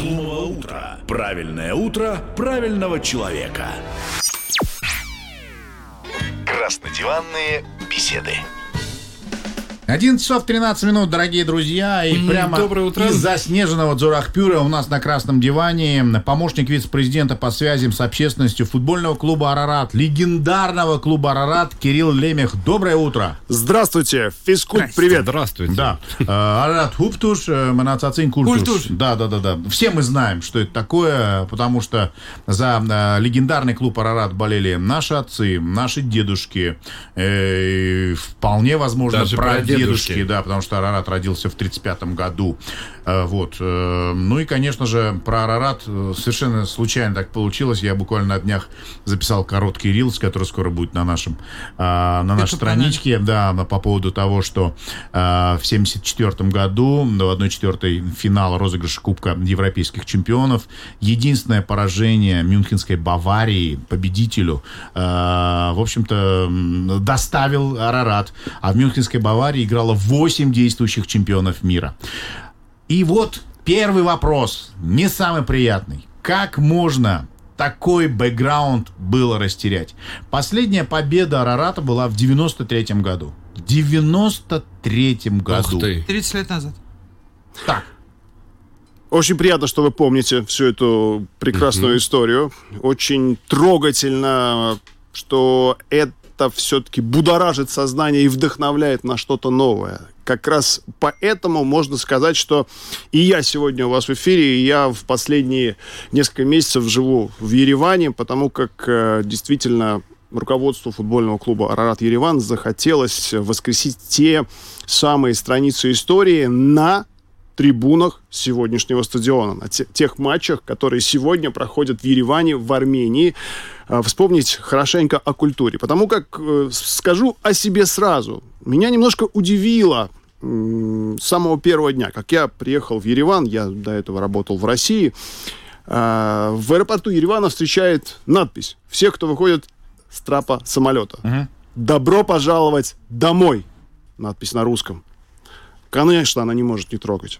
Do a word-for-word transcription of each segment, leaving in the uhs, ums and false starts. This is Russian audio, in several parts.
Шумного утра. Правильное утро правильного человека. Краснодиванные беседы. одиннадцать часов тринадцать минут, дорогие друзья, и mm, прямо из заснеженного Дзурахпюра у нас на красном диване помощник вице-президента по связям с общественностью футбольного клуба «Арарат», легендарного клуба «Арарат» Кирилл Лемех. Доброе утро. Здравствуйте, физкульт, привет. Здравствуйте. Да. «Арарат Хуптуш», «Манацацин Культуш». Да, да, да, да. Все мы знаем, что это такое, потому что за легендарный клуб «Арарат» болели наши отцы, наши дедушки, э, вполне возможно, прадедушки. Дедушки, да, потому что Арарат родился в тридцать пятом году. Вот. Ну и, конечно же, про Арарат совершенно случайно так получилось. Я буквально на днях записал короткий рилс, который скоро будет на нашем, на нашей страничке, да, по поводу того, что в семьдесят четвёртом году в одной четвертой финала розыгрыша Кубка Европейских чемпионов единственное поражение мюнхенской Баварии победителю, в общем-то, доставил Арарат. А в мюнхенской Баварии играло восемь действующих чемпионов мира. И вот первый вопрос, не самый приятный. Как можно такой бэкграунд было растерять? Последняя победа Арарата была в девяносто третьем году. В девяносто третьем году. Ух ты. тридцать лет назад. Так. Очень приятно, что вы помните всю эту прекрасную mm-hmm. историю. Очень трогательно, что это это все-таки будоражит сознание и вдохновляет на что-то новое. Как раз поэтому можно сказать, что и я сегодня у вас в эфире, и я в последние несколько месяцев живу в Ереване, потому как э, действительно руководству футбольного клуба «Арарат Ереван» захотелось воскресить те самые страницы истории на трибунах сегодняшнего стадиона, на те, тех матчах, которые сегодня проходят в Ереване, в Армении. Э, вспомнить хорошенько о культуре. Потому как, э, скажу о себе сразу, меня немножко удивило э, с самого первого дня, как я приехал в Ереван, я до этого работал в России, э, в аэропорту Еревана встречает надпись «Все, кто выходит с трапа самолета. Uh-huh. Добро пожаловать домой». Надпись на русском. Конечно, она не может не трогать.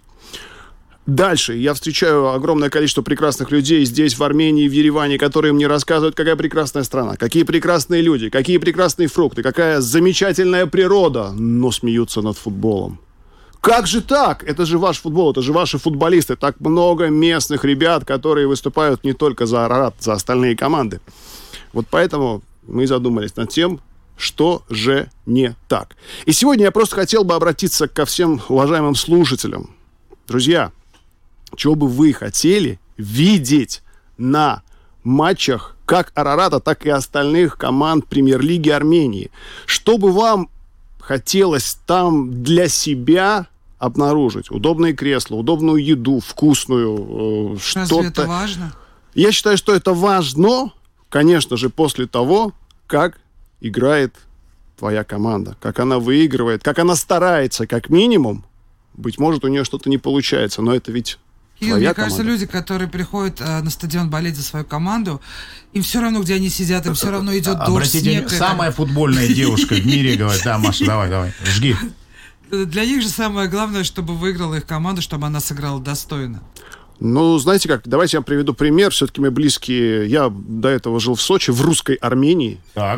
Дальше я встречаю огромное количество прекрасных людей здесь, в Армении, в Ереване, которые мне рассказывают, какая прекрасная страна, какие прекрасные люди, какие прекрасные фрукты, какая замечательная природа, но смеются над футболом. Как же так? Это же ваш футбол, это же ваши футболисты. Так много местных ребят, которые выступают не только за Арарат, за остальные команды. Вот поэтому мы задумались над тем, что же не так. И сегодня я просто хотел бы обратиться ко всем уважаемым слушателям. Друзья, чего бы вы хотели видеть на матчах как Арарата, так и остальных команд премьер-лиги Армении? Что бы вам хотелось там для себя обнаружить? Удобные кресла, удобную еду, вкусную, э, что-то. Разве это важно? Я считаю, что это важно, конечно же, после того, как играет твоя команда, как она выигрывает, как она старается, как минимум. Быть может, у нее что-то не получается, но это ведь Кирилл, твоя мне кажется, команда. люди, которые приходят э, на стадион болеть за свою команду, им все равно, где они сидят, им все равно идет дождь, Обратите, снег. самая футбольная девушка в мире говорит: да, Маша, давай, давай, жги. Для них же самое главное, чтобы выиграла их команда, чтобы она сыграла достойно. Ну, знаете как, давайте я приведу пример. Все-таки мы близкие. Я до этого жил в Сочи, в русской Армении. Так.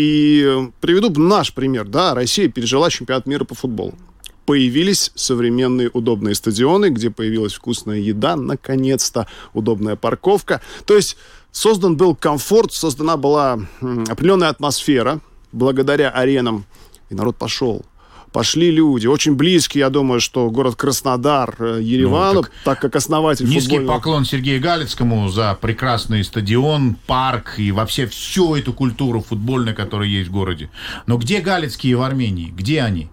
И приведу наш пример. Да, Россия пережила чемпионат мира по футболу. Появились современные удобные стадионы, где появилась вкусная еда, наконец-то, удобная парковка. То есть создан был комфорт, создана была м, определенная атмосфера благодаря аренам. И народ пошел. Пошли люди, очень близкие, я думаю, что город Краснодар, Еревану, ну, так, так как основатель низкий футбольного... поклон Сергею Галицкому за прекрасный стадион, парк и вообще всю эту культуру футбольную, которая есть в городе. Но где Галицкие в Армении? Где они?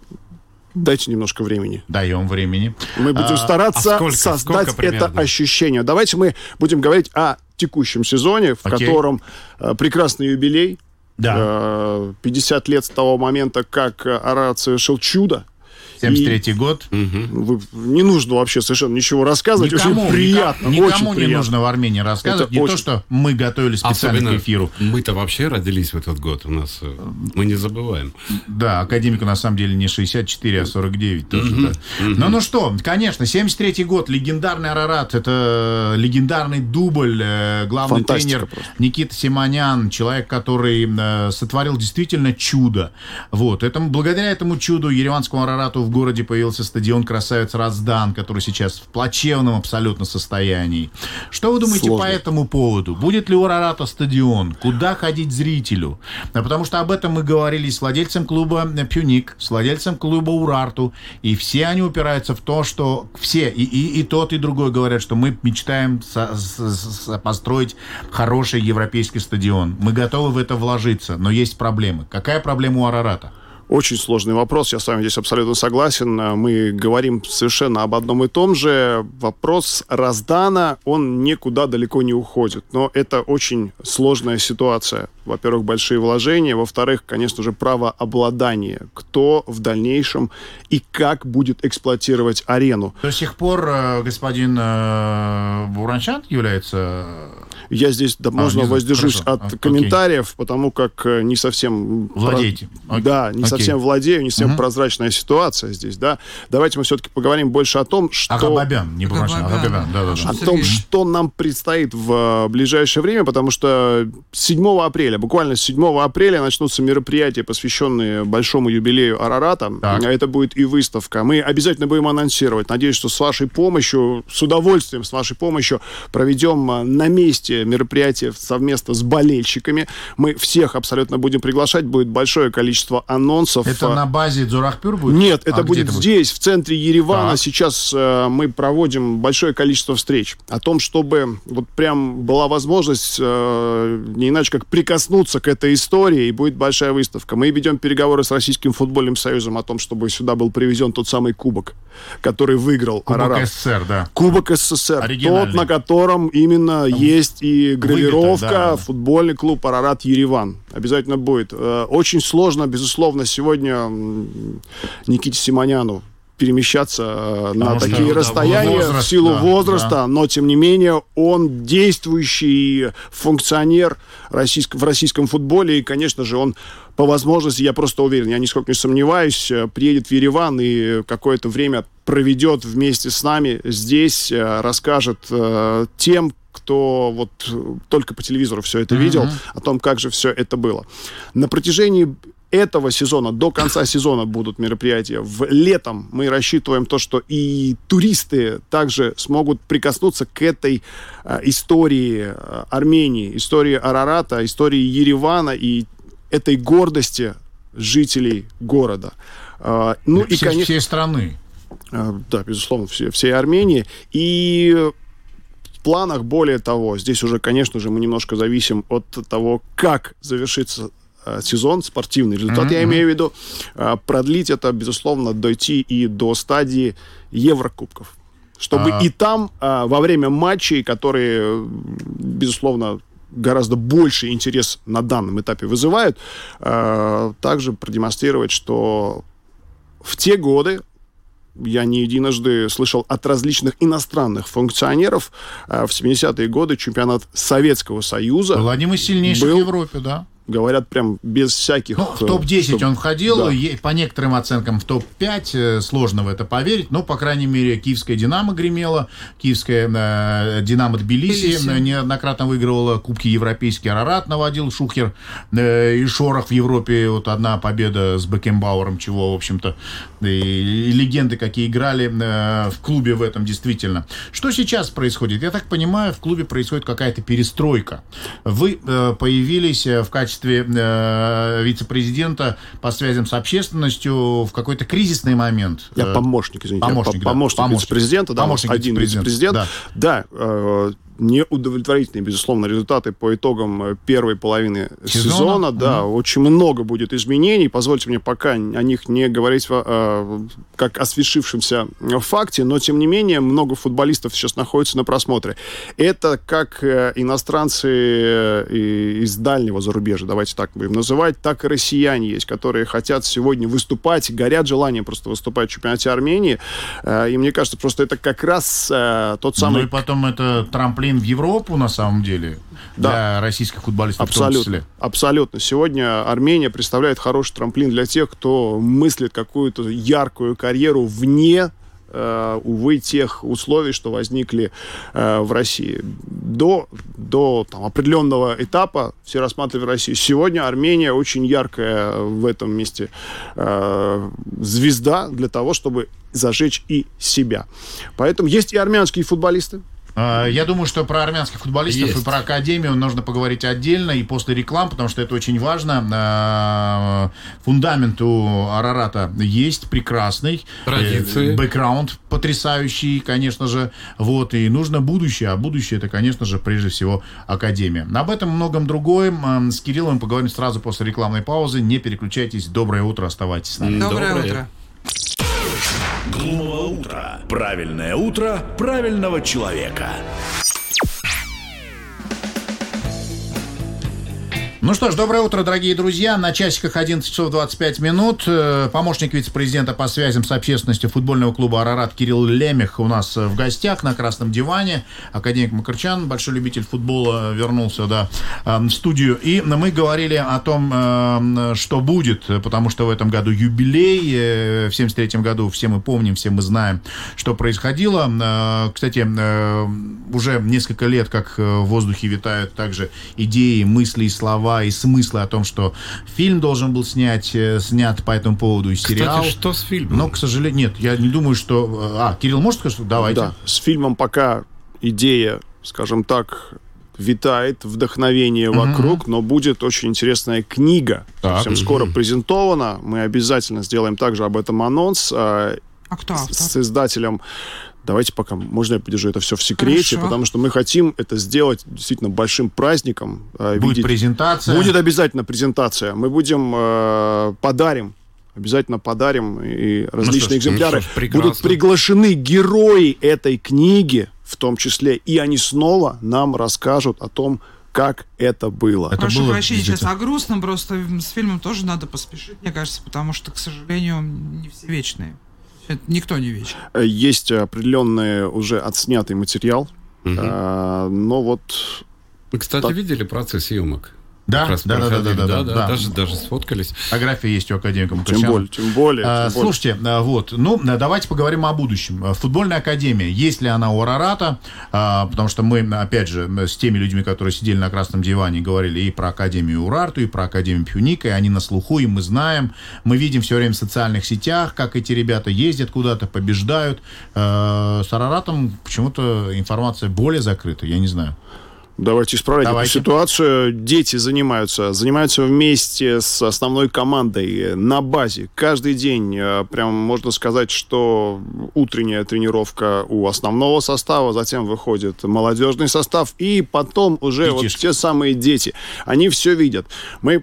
Дайте немножко времени. Даем времени. Мы будем стараться а сколько, создать сколько это ощущение. Давайте мы будем говорить о текущем сезоне, в Окей. котором э, прекрасный юбилей. Да. Э, пятьдесят лет с того момента, как Арарат совершил чудо. семьдесят третий год. Вы, не нужно вообще совершенно ничего рассказывать. Никому, очень приятно. Никому, очень не приятно. нужно в Армении рассказывать. Это не очень... то, что мы готовили специально Особенно к эфиру. Мы-то вообще родились в этот год. У нас мы не забываем. Да, академику на самом деле не шестьдесят четыре, а сорок девять тоже. Mm-hmm. Да. Mm-hmm. Ну, ну что, конечно, семьдесят третий год, легендарный Арарат, это легендарный дубль, главный Фантастика тренер просто. Никита Симонян, человек, который э, сотворил действительно чудо. Вот. Это, благодаря этому чуду ереванскому Арарату в городе появился стадион «Красавец Раздан», который сейчас в плачевном абсолютно состоянии. Что вы думаете Сложно. по этому поводу? Будет ли у Арарата стадион? Куда ходить зрителю? Потому что об этом мы говорили с владельцем клуба «Пюник», с владельцем клуба «Урарту», и все они упираются в то, что все, и, и, и тот, и другой говорят, что мы мечтаем со, со, со, построить хороший европейский стадион. Мы готовы в это вложиться, но есть проблемы. Какая проблема у Арарата? Очень сложный вопрос, я с вами здесь абсолютно согласен. Мы говорим совершенно об одном и том же. Вопрос Раздана, он никуда далеко не уходит. Но это очень сложная ситуация. Во-первых, большие вложения. Во-вторых, конечно же, правообладание. Кто в дальнейшем и как будет эксплуатировать арену. До сих пор э, господин э, Буранчан является... Я здесь, да, а, можно не воздержусь знаю. от Хорошо. комментариев, okay. потому как не совсем... Владеете. Про... Да, не okay. совсем владею, не совсем uh-huh. прозрачная ситуация здесь, да. Давайте мы все-таки поговорим больше о том, что... Агабабян, не Буранчан, Агабабян, да, да, да. О том, что нам предстоит в ближайшее время, потому что седьмого апреля, буквально с седьмого апреля начнутся мероприятия, посвященные большому юбилею Арарата. Так. Это будет и выставка. Мы обязательно будем анонсировать. Надеюсь, что с вашей помощью, с удовольствием с вашей помощью проведем на месте мероприятие совместно с болельщиками. Мы всех абсолютно будем приглашать. Будет большое количество анонсов. Это на базе Дзорахпюр будет? Нет, это а будет это здесь, будет? в центре Еревана. Так. Сейчас э, мы проводим большое количество встреч. О том, чтобы вот прям была возможность э, не иначе как прикоснуться к этой истории, и будет большая выставка. Мы ведем переговоры с Российским футбольным союзом о том, чтобы сюда был привезен тот самый кубок, который выиграл Кубок Арарат. СССР, да. Кубок СССР. Тот, на котором именно Там есть и гравировка, выбито, да. футбольный клуб Арарат Ереван. Обязательно будет. Очень сложно, безусловно, сегодня Никите Симоняну перемещаться Потому на такие расстояния возраст, в силу да, возраста, да. но, тем не менее, он действующий функционер российск... в российском футболе, и, конечно же, он по возможности, я просто уверен, я нисколько не сомневаюсь, приедет в Ереван и какое-то время проведет вместе с нами здесь, расскажет э, тем, кто вот только по телевизору все это mm-hmm. видел, о том, как же все это было. На протяжении этого сезона, до конца сезона будут мероприятия. В летом мы рассчитываем то, что и туристы также смогут прикоснуться к этой э, истории Армении, истории Арарата, истории Еревана и этой гордости жителей города. Э, ну и, и конечно, всей страны. Э, да, безусловно, все, всей Армении. И в планах, более того, здесь уже, конечно же, мы немножко зависим от того, как завершится сезон, спортивный результат, mm-hmm. я имею в виду, продлить это, безусловно, дойти и до стадии Еврокубков. Чтобы а... и там, во время матчей, которые, безусловно, гораздо больше интерес на данном этапе вызывают, также продемонстрировать, что в те годы я не единожды слышал от различных иностранных функционеров в семидесятые годы чемпионат Советского Союза был одним из сильнейших был, в Европе, да. Говорят, прям без всяких... Ну, в топ десять что... он входил, да. по некоторым оценкам в топ пять, сложно в это поверить, но, по крайней мере, киевская «Динамо» гремела, киевская э, «Динамо» Тбилиси Тбилиси. неоднократно выигрывала кубки европейские, Арарат наводил шухер э, и шорох в Европе, вот одна победа с Бекенбауэром, чего, в общем-то, и, и легенды какие играли э, в клубе в этом, действительно. Что сейчас происходит? Я так понимаю, в клубе происходит какая-то перестройка. Вы э, появились в качестве э, вице-президента по связям с общественностью в какой-то кризисный момент. Я помощник, извините. Помощник, я, помощник, да. вице-президента, да, помощник один вице-президент. Да, да э, неудовлетворительные, безусловно, результаты по итогам первой половины сезона. сезона да, mm-hmm. очень много будет изменений. Позвольте мне пока о них не говорить э, как о свершившемся факте, но, тем не менее, много футболистов сейчас находятся на просмотре. Это как э, иностранцы э, из дальнего зарубежья, давайте так будем называть, так и россияне есть, которые хотят сегодня выступать, горят желанием просто выступать в чемпионате Армении. Э, и мне кажется, просто это как раз э, тот самый... Ну и потом это трамплин в Европу, на самом деле, да. для российских футболистов абсолютно, в том числе. Абсолютно. Сегодня Армения представляет хороший трамплин для тех, кто мыслит какую-то яркую карьеру вне, э, увы, тех условий, что возникли э, в России. До, до там, определенного этапа все рассматривали Россию. Сегодня Армения очень яркая в этом месте э, звезда для того, чтобы зажечь и себя. Поэтому есть и армянские футболисты. Я думаю, что про армянских футболистов Есть. и про академию нужно поговорить отдельно и после реклам, потому что это очень важно. Фундамент у Арарата есть прекрасный. Традиции. Бэкграунд потрясающий, конечно же. Вот, и нужно будущее. А будущее — это, конечно же, прежде всего академия. Об этом и многом другом с Кириллом поговорим сразу после рекламной паузы. Не переключайтесь. Доброе утро. Оставайтесь с нами. Доброе, Доброе утро. Глумовое утро. Правильное утро правильного человека. Ну что ж, доброе утро, дорогие друзья. На часиках одиннадцать часов двадцать пять минут. Помощник вице-президента по связям с общественностью футбольного клуба «Арарат» Кирилл Лемех у нас в гостях на красном диване. Академик Макарчан, большой любитель футбола, вернулся да, в студию. И мы говорили о том, что будет, потому что в этом году юбилей. В семьдесят третьем году все мы помним, все мы знаем, что происходило. Кстати, уже несколько лет, как в воздухе витают также идеи, мысли и слова, и смыслы о том, что фильм должен был снять, снят по этому поводу и сериал. Кстати, что с фильмом? Но, к сожалению, нет, я не думаю, что... А, Кирилл, может сказать? Давайте. Да, с фильмом пока идея, скажем так, витает, вдохновение mm-hmm. вокруг, но будет очень интересная книга. Так. Совсем mm-hmm. скоро презентована. Мы обязательно сделаем также об этом анонс. А кто автор? С издателем... Давайте пока, можно я подержу это все в секрете, Хорошо. Потому что мы хотим это сделать действительно большим праздником. Будет видеть. презентация. Будет обязательно презентация. Мы будем, э, подарим, обязательно подарим, и различные ну, экземпляры. Ну, будут приглашены герои этой книги, в том числе, и они снова нам расскажут о том, как это было. Это Прошу было прощения сейчас о грустном, просто с фильмом тоже надо поспешить, мне кажется, потому что, к сожалению, не все вечные. Это никто не вечен. Есть определенный уже отснятый материал, угу. а, но вот... Вы, кстати, так... видели процесс съемок? Да, да, да, да, да, да, да, да, да. Даже, даже сфоткались. Фотография есть у академика Макарчана. Тем более, тем более. А, тем слушайте, более. вот, ну, давайте поговорим о будущем. Футбольная академия, есть ли она у Арарата? А, потому что мы, опять же, с теми людьми, которые сидели на красном диване, говорили и про академию Урарту, и про академию Пьюника, и они на слуху, и мы знаем. Мы видим все время в социальных сетях, как эти ребята ездят куда-то, побеждают. А, с Араратом почему-то информация более закрыта, я не знаю. Давайте исправлять Давайте. эту ситуацию. Дети занимаются, занимаются вместе с основной командой на базе. Каждый день, прям можно сказать, что утренняя тренировка у основного состава, затем выходит молодежный состав, и потом уже вот те самые дети. Они все видят. Мы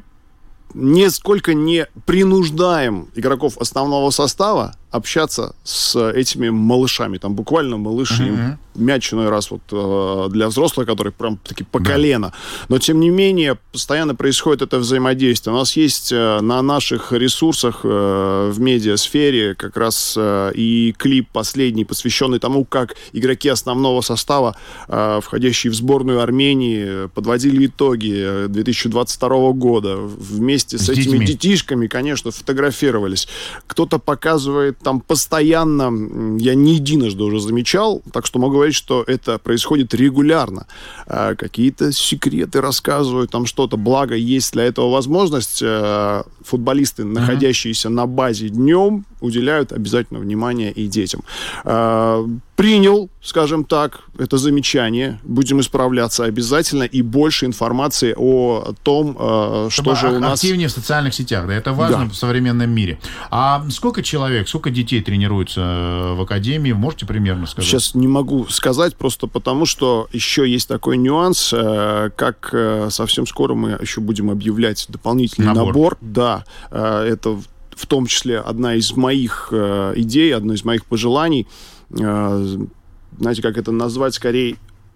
нисколько не принуждаем игроков основного состава общаться с этими малышами. Там буквально малыши, uh-huh. мяч иной раз вот э, для взрослых, которые прям таки по да. колено. Но, тем не менее, постоянно происходит это взаимодействие. У нас есть э, на наших ресурсах э, в медиасфере как раз э, и клип последний, посвященный тому, как игроки основного состава, э, входящие в сборную Армении, подводили итоги две тысячи двадцать второго года. Вместе с, с этими детьми. детишками, конечно, фотографировались. Кто-то показывает там постоянно, я не единожды уже замечал, так что могу говорить, что это происходит регулярно. А, какие-то секреты рассказывают, там что-то. Благо, есть для этого возможность. А, футболисты, находящиеся uh-huh. на базе днем, уделяют обязательно внимание и детям. Э, принял, скажем так, это замечание. Будем исправляться обязательно. И больше информации о том, э, что же у нас... Активнее в социальных сетях. Да, это важно, да, в современном мире. А сколько человек, сколько детей тренируются в академии? Можете примерно сказать? Сейчас не могу сказать, просто потому что еще есть такой нюанс, э, как э, совсем скоро мы еще будем объявлять дополнительный набор. набор. Да, э, это в том числе одна из моих э, идей, одно из моих пожеланий. Э, знаете, как это назвать, скорее,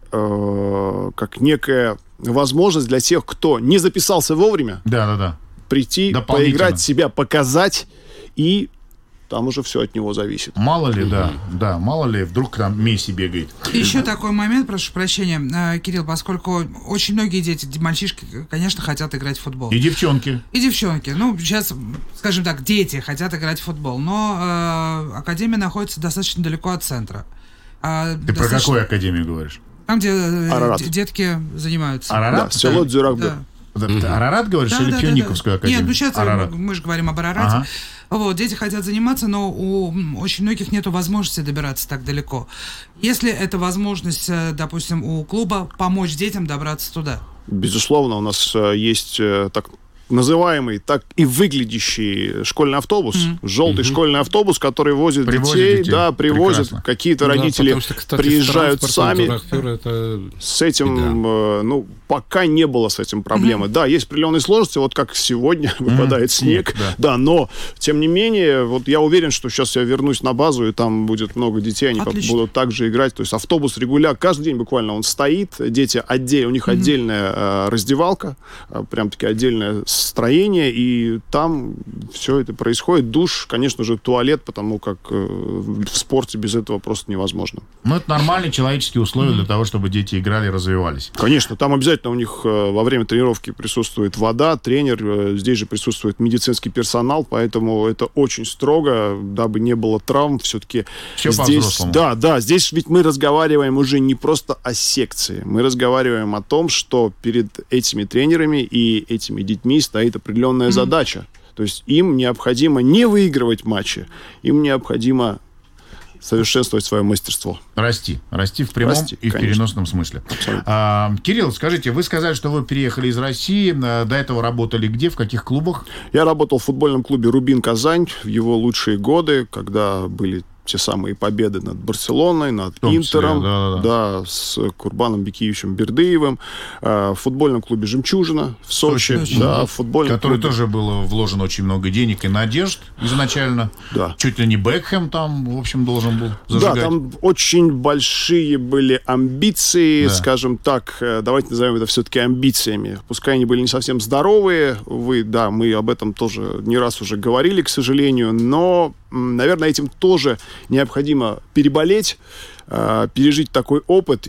э, как некая возможность для тех, кто не записался вовремя, да, да, да, прийти, поиграть, себя показать, и там уже все от него зависит. Мало ли, да, да, мало ли, вдруг там Месси бегает. Еще такой момент, прошу прощения, Кирилл, поскольку очень многие дети, мальчишки, конечно, хотят играть в футбол. И девчонки. И девчонки. Ну, сейчас, скажем так, дети хотят играть в футбол, но э, академия находится достаточно далеко от центра. А Ты достаточно... про какую академию говоришь? Там, где Арарат. детки занимаются. Арарат? Да, село Дзюракбе. Да. Ты Арарат говоришь, да, или да, Пионниковскую да, да. академию? Нет, ну сейчас Арарат. мы же говорим об Арарате. Ага. Вот, дети хотят заниматься, но у очень многих нет возможности добираться так далеко. Если это возможность, допустим, у клуба помочь детям добраться туда? Безусловно, у нас есть так называемый, так и выглядящий школьный автобус, mm-hmm. желтый mm-hmm. школьный автобус, который возит детей, детей, да, привозит. Прекрасно. Какие-то родители да, что, кстати, приезжают сами. Это с этим, э, ну, пока не было с этим проблемы. Mm-hmm. Да, есть определенные сложности, вот как сегодня mm-hmm. выпадает снег, mm-hmm. да. да, но, тем не менее, вот я уверен, что сейчас я вернусь на базу, и там будет много детей, они Отлично. будут также играть. То есть автобус регулярно, каждый день буквально он стоит, дети отдельно, у них mm-hmm. отдельная э, раздевалка, э, прям-таки отдельная строение, и там все это происходит. Душ, конечно же, туалет, потому как э, в спорте без этого просто невозможно. Ну, это нормальные человеческие условия mm-hmm. для того, чтобы дети играли и развивались. Конечно, там обязательно у них э, во время тренировки присутствует вода, тренер, э, здесь же присутствует медицинский персонал, поэтому это очень строго, дабы не было травм, все-таки все здесь... Да, да, здесь ведь мы разговариваем уже не просто о секции, мы разговариваем о том, что перед этими тренерами и этими детьми стоит определенная mm-hmm. задача. То есть им необходимо не выигрывать матчи, им необходимо совершенствовать свое мастерство. Расти. Расти в прямом Расти, и в конечно. переносном смысле. А, Кирилл, скажите, вы сказали, что вы переехали из России. До этого работали где? В каких клубах? Я работал в футбольном клубе «Рубин Казань» в его лучшие годы, когда были те самые победы над Барселоной, над числе, Интером, да, да, да. да, с Курбаном Бекиевичем Бердыевым, э, в футбольном клубе «Жемчужина» в Сочи, Сочи да, в футбольном который клубе. тоже было вложено очень много денег и надежд изначально. Да. Чуть ли не Бекхэм там, в общем, должен был зажигать. Да, там очень большие были амбиции, да. скажем так, давайте назовем это все-таки амбициями. Пускай они были не совсем здоровые, вы, да, мы об этом тоже не раз уже говорили, к сожалению, но, наверное, этим тоже необходимо переболеть, э, пережить такой опыт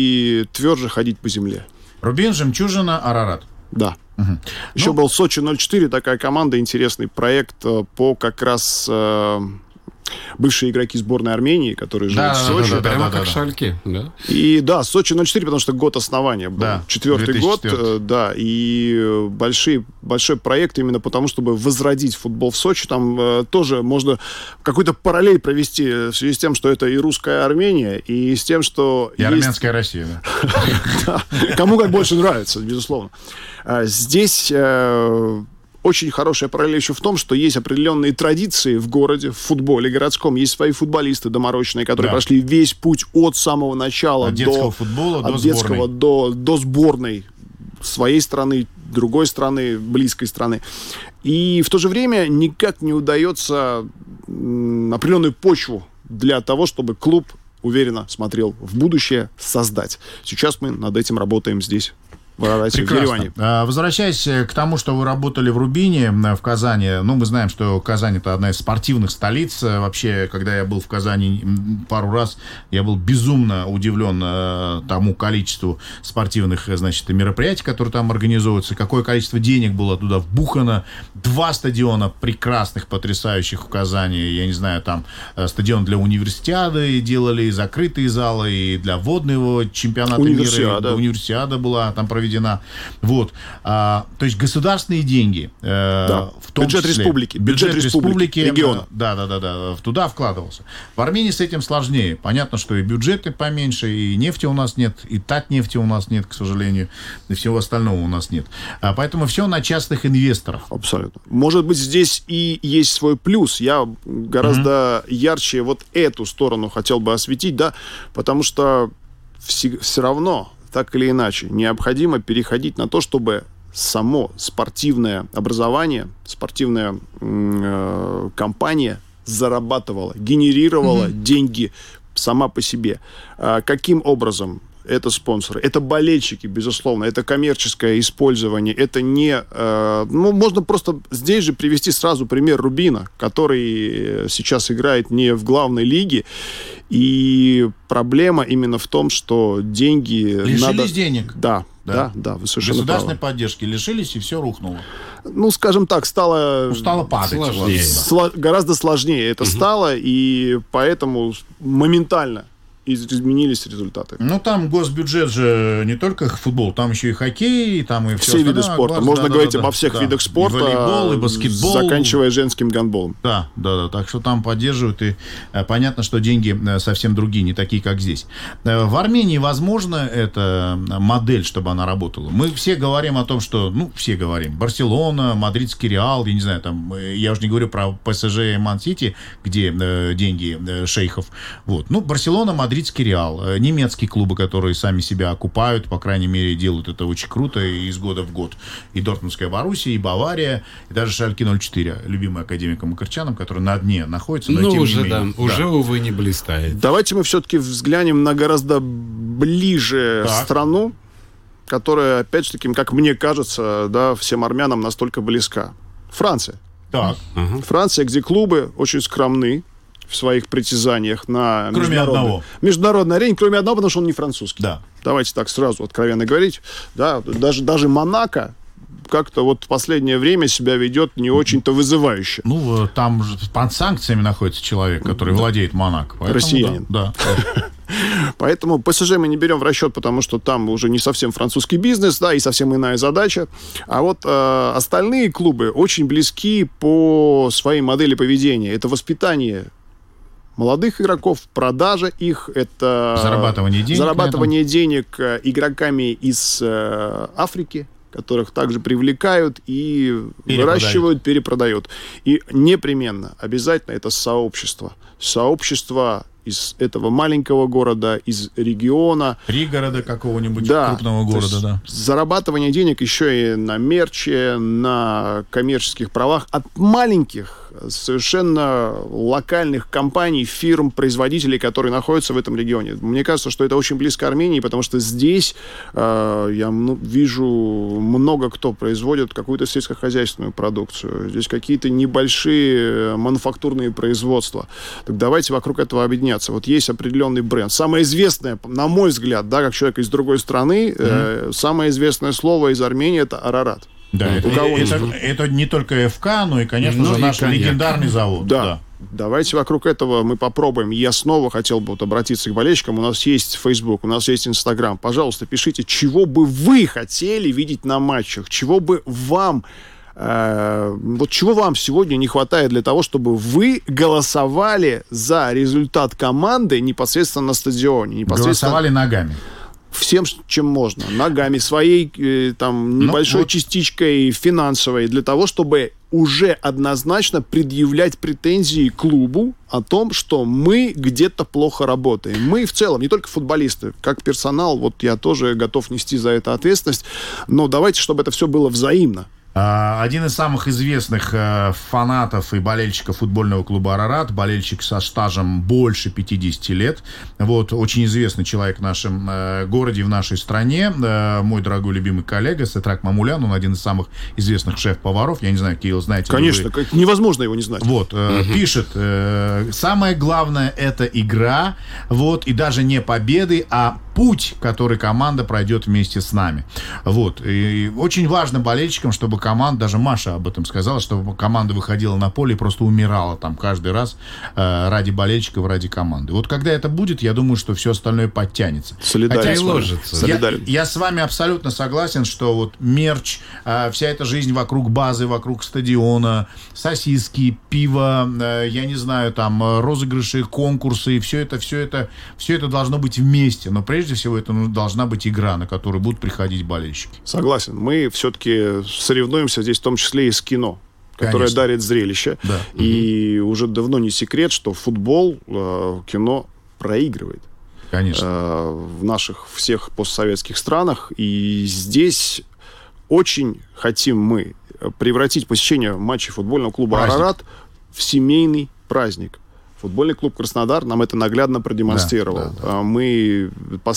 и тверже ходить по земле. Рубин, Жемчужина, Арарат. Да. Угу. Еще ну... был Сочи ноль четыре, такая команда, интересный проект по как раз... Э, бывшие игроки сборной Армении, которые живут да, в Сочи. Да, да, да, прямо да, как да. Шальки. Да? И да, Сочи ноль четыре, потому что год основания был. Да, Четвертый год, да. И большие, большой проект именно потому, чтобы возродить футбол в Сочи. Там э, тоже можно какую-то параллель провести в связи с тем, что это и русская Армения, и с тем, что... И есть... армянская Россия, да. Кому как больше нравится, безусловно. Здесь... Очень хорошая параллель еще в том, что есть определенные традиции в городе, в футболе городском. Есть свои футболисты доморощенные, которые да. прошли весь путь от самого начала от до, детского футбола от до детского сборной. До, до сборной своей страны, другой страны, близкой страны. И в то же время никак не удается определенную почву для того, чтобы клуб уверенно смотрел в будущее создать. Сейчас мы над этим работаем здесь. Прекрасно. Возвращаясь к тому, что вы работали в Рубине, в Казани, ну, мы знаем, что Казань — это одна из спортивных столиц. Вообще, когда я был в Казани пару раз, я был безумно удивлен тому количеству спортивных, значит, мероприятий, которые там организовываются, какое количество денег было туда вбухано. Два стадиона прекрасных, потрясающих в Казани. Я не знаю, там стадион для универсиады делали, закрытые залы, и для водного чемпионата универсиада. мира. Универсиада была, там проведена проведена. Вот. А, то есть государственные деньги, э, да. в том бюджет числе... республики. Бюджет, бюджет республики, региона. Да, да, да, да, туда вкладывался. В Армении с этим сложнее. Понятно, что и бюджеты поменьше, и нефти у нас нет, и татнефти у нас нет, к сожалению, и всего остального у нас нет. А поэтому все на частных инвесторах. Абсолютно. Может быть, здесь и есть свой плюс. Я гораздо mm-hmm. ярче вот эту сторону хотел бы осветить, да, потому что все, все равно, так или иначе, необходимо переходить на то, чтобы само спортивное образование, спортивная э, компания зарабатывала, генерировала mm-hmm. деньги сама по себе. А каким образом? Это спонсоры, это болельщики, безусловно, это коммерческое использование, это не... Э, ну, можно просто здесь же привести сразу пример Рубина, который сейчас играет не в главной лиге, и проблема именно в том, что деньги... Лишились надо... денег. Да, да, да, да, вы совершенно государственной правы. поддержки лишились, и все рухнуло. Ну, скажем так, стало... Ну, стало падать. Сложнее. Сло... Гораздо сложнее это угу. стало, и поэтому моментально изменились результаты. Ну, там госбюджет же не только футбол, там еще и хоккей, там и все, все виды спорта. Глаз, Можно да, говорить да, обо да, всех да. видах спорта, и волейбол, и баскетбол. Заканчивая женским гандболом. Да, да, да. Так что там поддерживают, и э, понятно, что деньги э, совсем другие, не такие, как здесь. Э, в Армении возможно эта модель, чтобы она работала. Мы все говорим о том, что, ну, все говорим, Барселона, Мадридский Реал, я не знаю, там, э, я уже не говорю про ПСЖ и Ман-Сити, где э, деньги э, шейхов. Вот. Ну, Барселона, Мадридский Реал. Немецкие клубы, которые сами себя окупают, по крайней мере, делают это очень круто и из года в год. И Дортмундская Боруссия, и Бавария, и даже Шальке ноль четыре, любимый академиком Макарчаном, который на дне находится, но ну, тем уже, не менее. Да, уже, да. увы, не блистает. Давайте мы все-таки взглянем на гораздо ближе так. страну, которая, опять же таки, как мне кажется, да, всем армянам настолько близка. Франция. Так. Ага. Франция, где клубы очень скромны в своих притязаниях на Кроме международной, одного. международной арене, кроме одного, потому что он не французский. Да. Давайте так сразу откровенно говорить. Да, даже, даже Монако как-то вот в последнее время себя ведет не очень-то вызывающе. Ну, там же под санкциями находится человек, который владеет Монако. Поэтому, Россиянин. Да. да. Поэтому ПСЖ мы не берем в расчет, потому что там уже не совсем французский бизнес, да, и совсем иная задача. А вот э, остальные клубы очень близки по своей модели поведения. Это воспитание молодых игроков, продажа их, это Зарабатывание денег. зарабатывание денег игроками из э, Африки, которых также привлекают и выращивают, перепродают. И непременно, обязательно это сообщество. Сообщество из этого маленького города, из региона. Пригорода какого-нибудь да, крупного города, да. Зарабатывание денег еще и на мерче, на коммерческих правах от маленьких, совершенно локальных компаний, фирм, производителей, которые находятся в этом регионе. Мне кажется, что это очень близко Армении, потому что здесь э, я ну, вижу много кто производит какую-то сельскохозяйственную продукцию. Здесь какие-то небольшие мануфактурные производства. Так давайте вокруг этого объединяться. Вот есть определенный бренд. Самое известное, на мой взгляд, да, как человек из другой страны, mm-hmm. э, самое известное слово из Армении — это Арарат. Да, это, это, это не только ФК, но и, конечно ну, же, наш коньяк. Легендарный завод. Да. да. Давайте вокруг этого мы попробуем. Я снова хотел бы вот обратиться к болельщикам. У нас есть Facebook, у нас есть Instagram. Пожалуйста, пишите, чего бы вы хотели видеть на матчах, чего бы вам... Э, вот чего вам сегодня не хватает для того, чтобы вы голосовали за результат команды непосредственно на стадионе. Непосредственно... Голосовали ногами. Всем, чем можно. Ногами, своей э, там, небольшой ну, вот. частичкой финансовой, для того, чтобы уже однозначно предъявлять претензии клубу о том, что мы где-то плохо работаем. Мы в целом, не только футболисты, как персонал, вот я тоже готов нести за это ответственность, но давайте, чтобы это все было взаимно. Один из самых известных фанатов и болельщиков футбольного клуба «Арарат», болельщик со стажем больше пятидесяти лет, вот, очень известный человек в нашем городе, в нашей стране, мой дорогой любимый коллега Сетрак Мамулян, он один из самых известных шеф-поваров, я не знаю, Кирилл, знаете Конечно, ли вы... невозможно его не знать. Вот, угу. пишет, самое главное — это игра, вот, и даже не победы, а путь, который команда пройдет вместе с нами. Вот. И очень важно болельщикам, чтобы команда, даже Маша об этом сказала, чтобы команда выходила на поле и просто умирала там каждый раз э, ради болельщиков, ради команды. Вот когда это будет, я думаю, что все остальное подтянется. Солидарность. Я, я с вами абсолютно согласен, что вот мерч, э, вся эта жизнь вокруг базы, вокруг стадиона, сосиски, пиво, э, я не знаю, там, розыгрыши, конкурсы, все это, все это, все это должно быть вместе. Но прежде всего это ну, должна быть игра, на которую будут приходить болельщики. Согласен. Мы все-таки соревнуемся здесь в том числе и с кино, которое Конечно. дарит зрелище. Да. И угу. уже давно не секрет, что футбол э, кино проигрывает. Конечно. Э, в наших всех постсоветских странах. И здесь очень хотим мы превратить посещение матчей футбольного клуба праздник. «Арарат» в семейный праздник. Футбольный клуб «Краснодар» нам это наглядно продемонстрировал. Да, да, да. Мы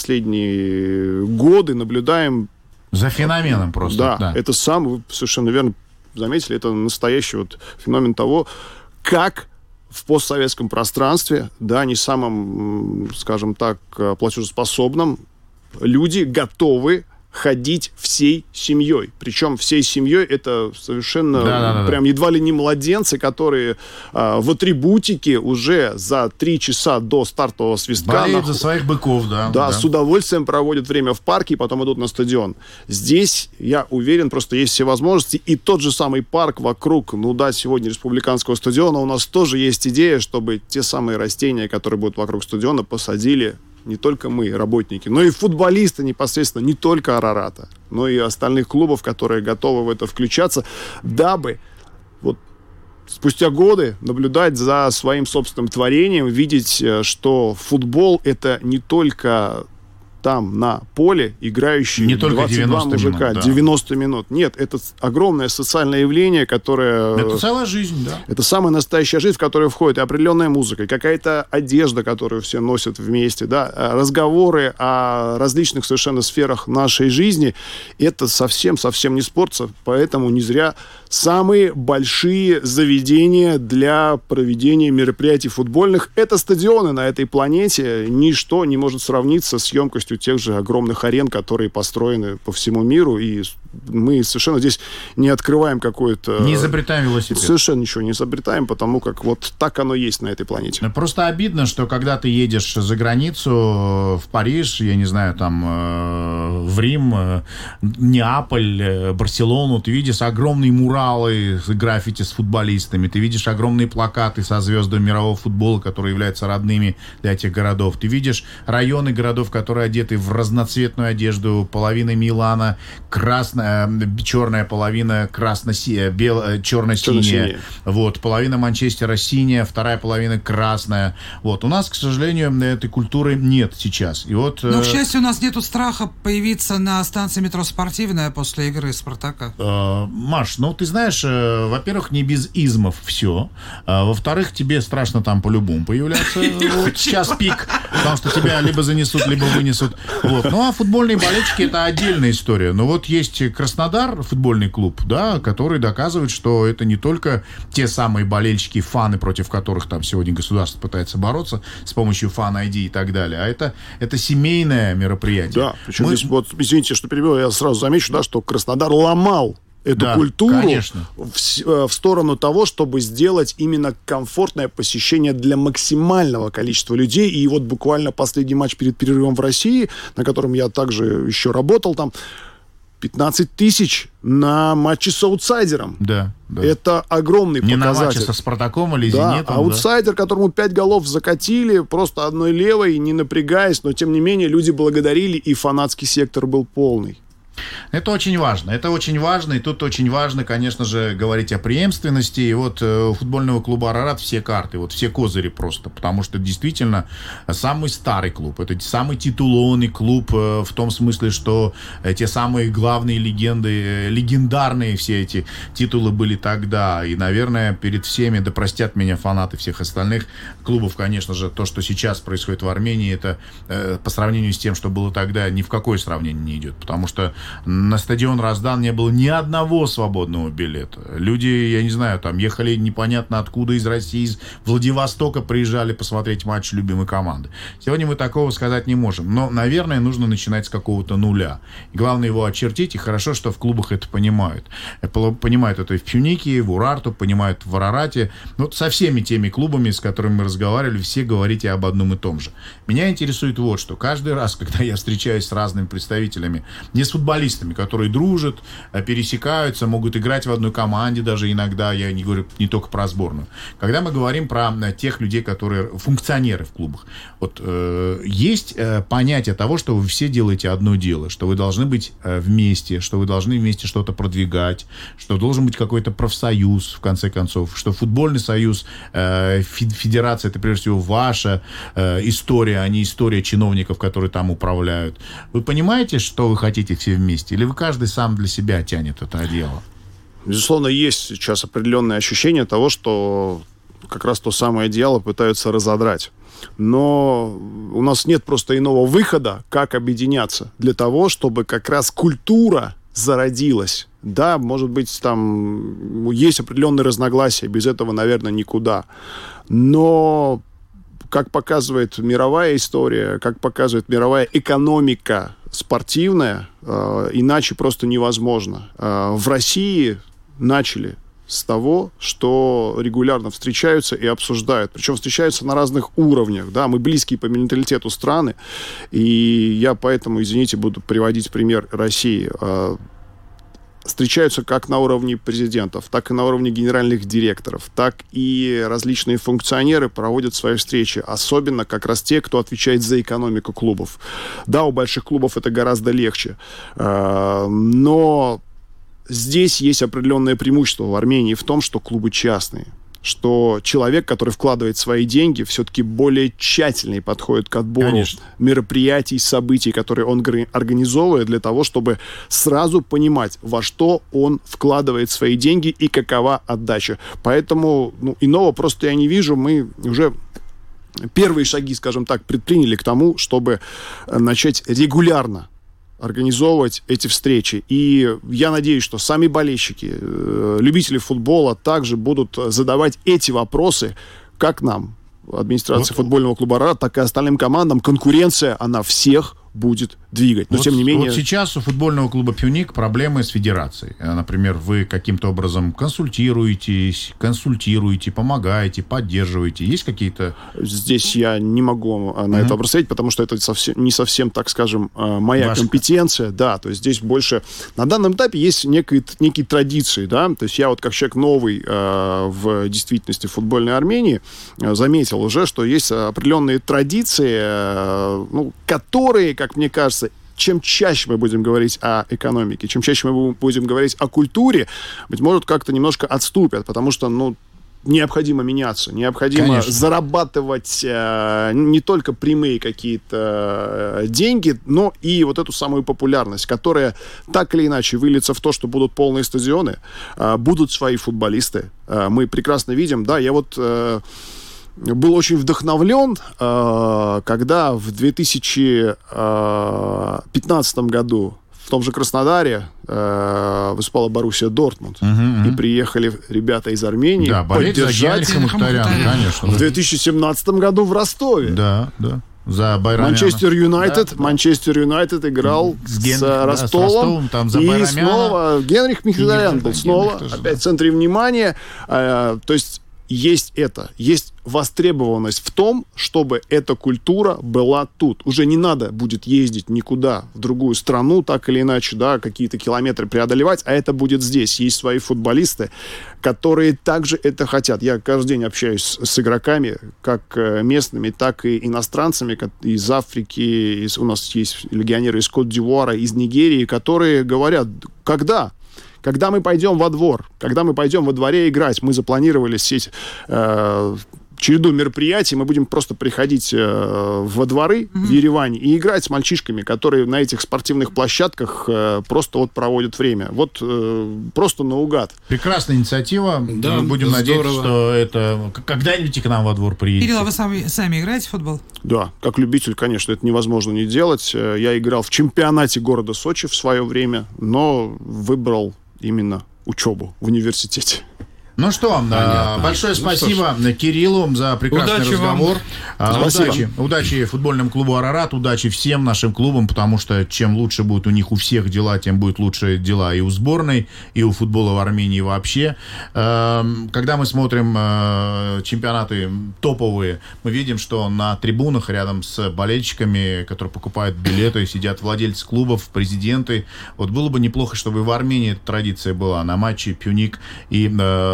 последние годы наблюдаем... За феноменом просто. Да, да. Это сам, вы совершенно верно заметили, это настоящий вот феномен того, как в постсоветском пространстве, да, не самым, скажем так, платежеспособном, люди готовы ходить всей семьей. Причем всей семьей это совершенно да, да, да, прям да. едва ли не младенцы, которые а, в атрибутике уже за три часа до стартового свистка болеют за своих быков, да, да, да. с удовольствием проводят время в парке и потом идут на стадион. Здесь, я уверен, просто есть все возможности. И тот же самый парк вокруг, ну да, сегодня республиканского стадиона, у нас тоже есть идея, чтобы те самые растения, которые будут вокруг стадиона, посадили не только мы, работники, но и футболисты непосредственно, не только «Арарата», но и остальных клубов, которые готовы в это включаться, дабы вот спустя годы наблюдать за своим собственным творением, видеть, что футбол — это не только там, на поле, играющие не только двадцать два мужика, минут, да. девяносто минут. Нет, это огромное социальное явление, которое... Это целая жизнь, да. Это самая настоящая жизнь, в которую входит и определенная музыка, и какая-то одежда, которую все носят вместе, да, разговоры о различных совершенно сферах нашей жизни. Это совсем-совсем не спорт, поэтому не зря самые большие заведения для проведения мероприятий футбольных — это стадионы на этой планете. Ничто не может сравниться с емкостью тех же огромных арен, которые построены по всему миру, и мы совершенно здесь не открываем какое-то... Не изобретаем велосипед. Совершенно ничего не изобретаем, потому как вот так оно есть на этой планете. Просто обидно, что когда ты едешь за границу, в Париж, я не знаю, там, в Рим, Неаполь, Барселону, ты видишь огромные муралы с граффити с футболистами, ты видишь огромные плакаты со звездами мирового футбола, которые являются родными для этих городов. Ты видишь районы городов, которые одеты в разноцветную одежду, половина Милана красная, черная половина красно-синяя, бел... черно-синяя, вот, половина Манчестера синяя, вторая половина красная. Вот. У нас, к сожалению, этой культуры нет сейчас. И вот, Но, к счастью, у нас нету страха появиться на станции метро «Спортивная» после игры «Спартака». Э, Маш, ну ты знаешь, э, во-первых, не без измов все. А, во-вторых, тебе страшно там по-любому появляться. Вот сейчас пик, потому что тебя либо занесут, либо вынесут. Вот. Ну а футбольные болельщики — это отдельная история. Но вот есть Краснодар, футбольный клуб, да, который доказывает, что это не только те самые болельщики, фаны, против которых там сегодня государство пытается бороться с помощью фан-ай ди и так далее, а это, это семейное мероприятие. Да, причем Мы... здесь, вот, извините, что перебил, я сразу замечу, да, что Краснодар ломал эту да, культуру в, в сторону того, чтобы сделать именно комфортное посещение для максимального количества людей. И вот буквально последний матч перед перерывом в России, на котором я также еще работал там, пятнадцать тысяч на матче с аутсайдером. Да, да. Это огромный Не показатель. На матче со Спартаком или да, Зенитом. Аутсайдер, да. которому пять голов закатили, просто одной левой, не напрягаясь, но тем не менее люди благодарили, и фанатский сектор был полный. Это очень важно. Это очень важно. И тут очень важно, конечно же, говорить о преемственности. И вот э, у футбольного клуба «Арарат» все карты, вот все козыри просто. Потому что действительно самый старый клуб. Это самый титулованный клуб э, в том смысле, что э, те самые главные легенды, э, легендарные все эти титулы были тогда. И, наверное, перед всеми, да простят меня фанаты всех остальных клубов, конечно же, то, что сейчас происходит в Армении, это э, по сравнению с тем, что было тогда, ни в какое сравнение не идет. Потому что на стадион Раздан не было ни одного свободного билета. Люди, я не знаю, там ехали непонятно откуда из России, из Владивостока приезжали посмотреть матч любимой команды. Сегодня мы такого сказать не можем. Но, наверное, нужно начинать с какого-то нуля. И главное его очертить, и хорошо, что в клубах это понимают. Понимают это и в Пьюнике, и в Урарту, понимают в Арарате. Ну, со всеми теми клубами, с которыми мы разговаривали, все говорите об одном и том же. Меня интересует вот что. Каждый раз, когда я встречаюсь с разными представителями, не с футболистами, которые дружат, пересекаются, могут играть в одной команде даже иногда, я не говорю не только про сборную. Когда мы говорим про тех людей, которые функционеры в клубах, вот э, есть э, понятие того, что вы все делаете одно дело, что вы должны быть э, вместе, что вы должны вместе что-то продвигать, что должен быть какой-то профсоюз, в конце концов, что футбольный союз, э, федерация, это прежде всего ваша э, история, а не история чиновников, которые там управляют. Вы понимаете, что вы хотите все вместе? Или вы каждый сам для себя тянет это дело? Безусловно, есть сейчас определенное ощущение того, что как раз то самое одеяло пытаются разодрать. Но у нас нет просто иного выхода, как объединяться для того, чтобы как раз культура зародилась. Да, может быть, там есть определенные разногласия, без этого, наверное, никуда. Но, как показывает мировая история, как показывает мировая экономика спортивная, э, иначе просто невозможно. Э, в России начали с того, что регулярно встречаются и обсуждают. Причем встречаются на разных уровнях. Да? Мы близкие по менталитету страны. И я поэтому, извините, буду приводить пример России. Встречаются как на уровне президентов, так и на уровне генеральных директоров, так и различные функционеры проводят свои встречи. Особенно как раз те, кто отвечает за экономику клубов. Да, у больших клубов это гораздо легче. Но здесь есть определенное преимущество в Армении в том, что клубы частные. Что человек, который вкладывает свои деньги, все-таки более тщательнее подходит к отбору Конечно. мероприятий, событий, которые он организовывает, для того, чтобы сразу понимать, во что он вкладывает свои деньги и какова отдача. Поэтому ну, иного просто я не вижу. Мы уже первые шаги, скажем так, предприняли к тому, чтобы начать регулярно организовывать эти встречи. И я надеюсь, что сами болельщики, любители футбола также будут задавать эти вопросы как нам, администрации вот, футбольного клуба «Арарат», так и остальным командам. Конкуренция, она всех будет двигать. Но, вот, тем не менее... Вот сейчас у футбольного клуба «Пьюник» проблемы с федерацией. Например, вы каким-то образом консультируетесь, консультируете, помогаете, поддерживаете. Есть какие-то... Здесь я не могу на uh-huh. это обращать, потому что это совсем, не совсем, так скажем, моя Ваша. компетенция. Да, то есть здесь больше... На данном этапе есть некие, некие традиции, да, то есть я вот как человек новый э, в действительности футбольной Армении э, заметил уже, что есть определенные традиции, э, ну, которые, как мне кажется, чем чаще мы будем говорить о экономике, чем чаще мы будем говорить о культуре, быть может, как-то немножко отступят, потому что, ну, необходимо меняться, необходимо Конечно. зарабатывать э, не только прямые какие-то э, деньги, но и вот эту самую популярность, которая так или иначе выльется в то, что будут полные стадионы, э, будут свои футболисты. Э, мы прекрасно видим, да, я вот... Э, был очень вдохновлен, э, когда в две тысячи пятнадцатом году в том же Краснодаре э, выступала Боруссия Дортмунд. Uh-huh, uh-huh. И приехали ребята из Армении да, поддержать. За Мухтарян, конечно. В две тысячи семнадцатом году в Ростове. Да, да. За Байрамяна. Манчестер Юнайтед. Да, Манчестер Юнайтед играл с, Ген... с Ростовом. Да, с Ростовом там, за и снова Генрих Михайлович был снова. Тоже, опять да. в центре внимания. Э, то есть есть это, есть востребованность в том, чтобы эта культура была тут. Уже не надо будет ездить никуда в другую страну, так или иначе, да, какие-то километры преодолевать, а это будет здесь. Есть свои футболисты, которые также это хотят. Я каждый день общаюсь с, с игроками, как местными, так и иностранцами из Африки. Из, у нас есть легионеры из Кот-д'Ивуара, из Нигерии, которые говорят, когда... Когда мы пойдем во двор, когда мы пойдем во дворе играть, мы запланировали сеть э, череду мероприятий. Мы будем просто приходить э, во дворы mm-hmm. в Ереване и играть с мальчишками, которые на этих спортивных площадках э, просто вот проводят время. Вот э, просто наугад. Прекрасная инициатива. Да, мы будем здорово. надеяться, что это когда-нибудь к нам во двор приедете. Кирилл, а вы сами, сами играете в футбол? Да, как любитель, конечно, это невозможно не делать. Я играл в чемпионате города Сочи в свое время, но выбрал именно учебу в университете. Ну что, Понятно. большое ну, спасибо что Кириллу за прекрасный удачи разговор. Вам. Удачи, удачи футбольному клубу «Арарат», удачи всем нашим клубам, потому что чем лучше будут у них у всех дела, тем будут лучше дела и у сборной, и у футбола в Армении вообще. Когда мы смотрим чемпионаты топовые, мы видим, что на трибунах рядом с болельщиками, которые покупают билеты, сидят владельцы клубов, президенты. Вот было бы неплохо, чтобы в Армении эта традиция была. На матче «Пюник» и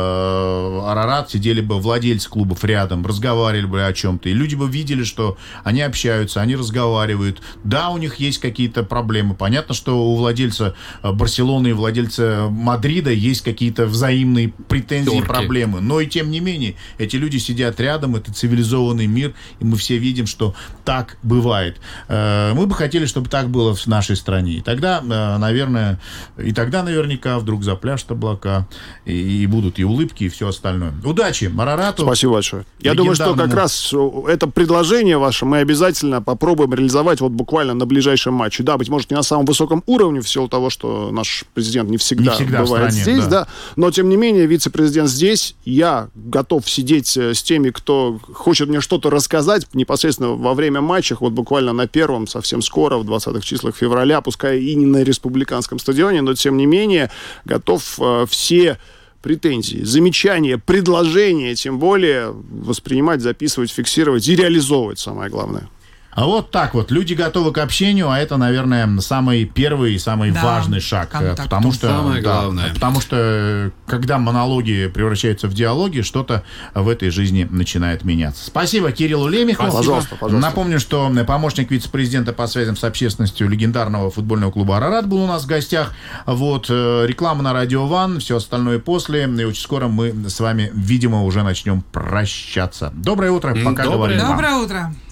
«Арарат» сидели бы владельцы клубов рядом, разговаривали бы о чем-то, и люди бы видели, что они общаются, они разговаривают. Да, у них есть какие-то проблемы. Понятно, что у владельца Барселоны и владельца Мадрида есть какие-то взаимные претензии и проблемы. Но и тем не менее, эти люди сидят рядом, это цивилизованный мир, и мы все видим, что так бывает. Мы бы хотели, чтобы так было в нашей стране. И тогда, наверное, и тогда наверняка вдруг запляшут облака, и, и будут и улыбки, и все остальное. Удачи Арарату. Спасибо большое. Я думаю, что как раз это предложение ваше мы обязательно попробуем реализовать вот буквально на ближайшем матче. Да, быть может, не на самом высоком уровне, в силу того, что наш президент не всегда, не всегда бывает стране, здесь, да. да. Но, тем не менее, вице-президент здесь. Я готов сидеть с теми, кто хочет мне что-то рассказать непосредственно во время матча, вот буквально на первом, совсем скоро, в двадцатых числах февраля, пускай и не на республиканском стадионе, но, тем не менее, готов э, все претензии, замечания, предложения, тем более воспринимать, записывать, фиксировать и реализовывать, самое главное. А вот так вот. Люди готовы к общению, а это, наверное, самый первый и самый да, важный шаг. Контакт. Потому что, самое да, главное. Потому что, когда монологи превращаются в диалоги, что-то в этой жизни начинает меняться. Спасибо Кириллу Лемехову. Пожалуйста, пожалуйста. Напомню, что помощник вице-президента по связям с общественностью легендарного футбольного клуба «Арарат» был у нас в гостях. Вот, реклама на Радио Ван, все остальное после. И очень скоро мы с вами, видимо, уже начнем прощаться. Доброе утро. Пока Доброе. говорим вам. Доброе утро.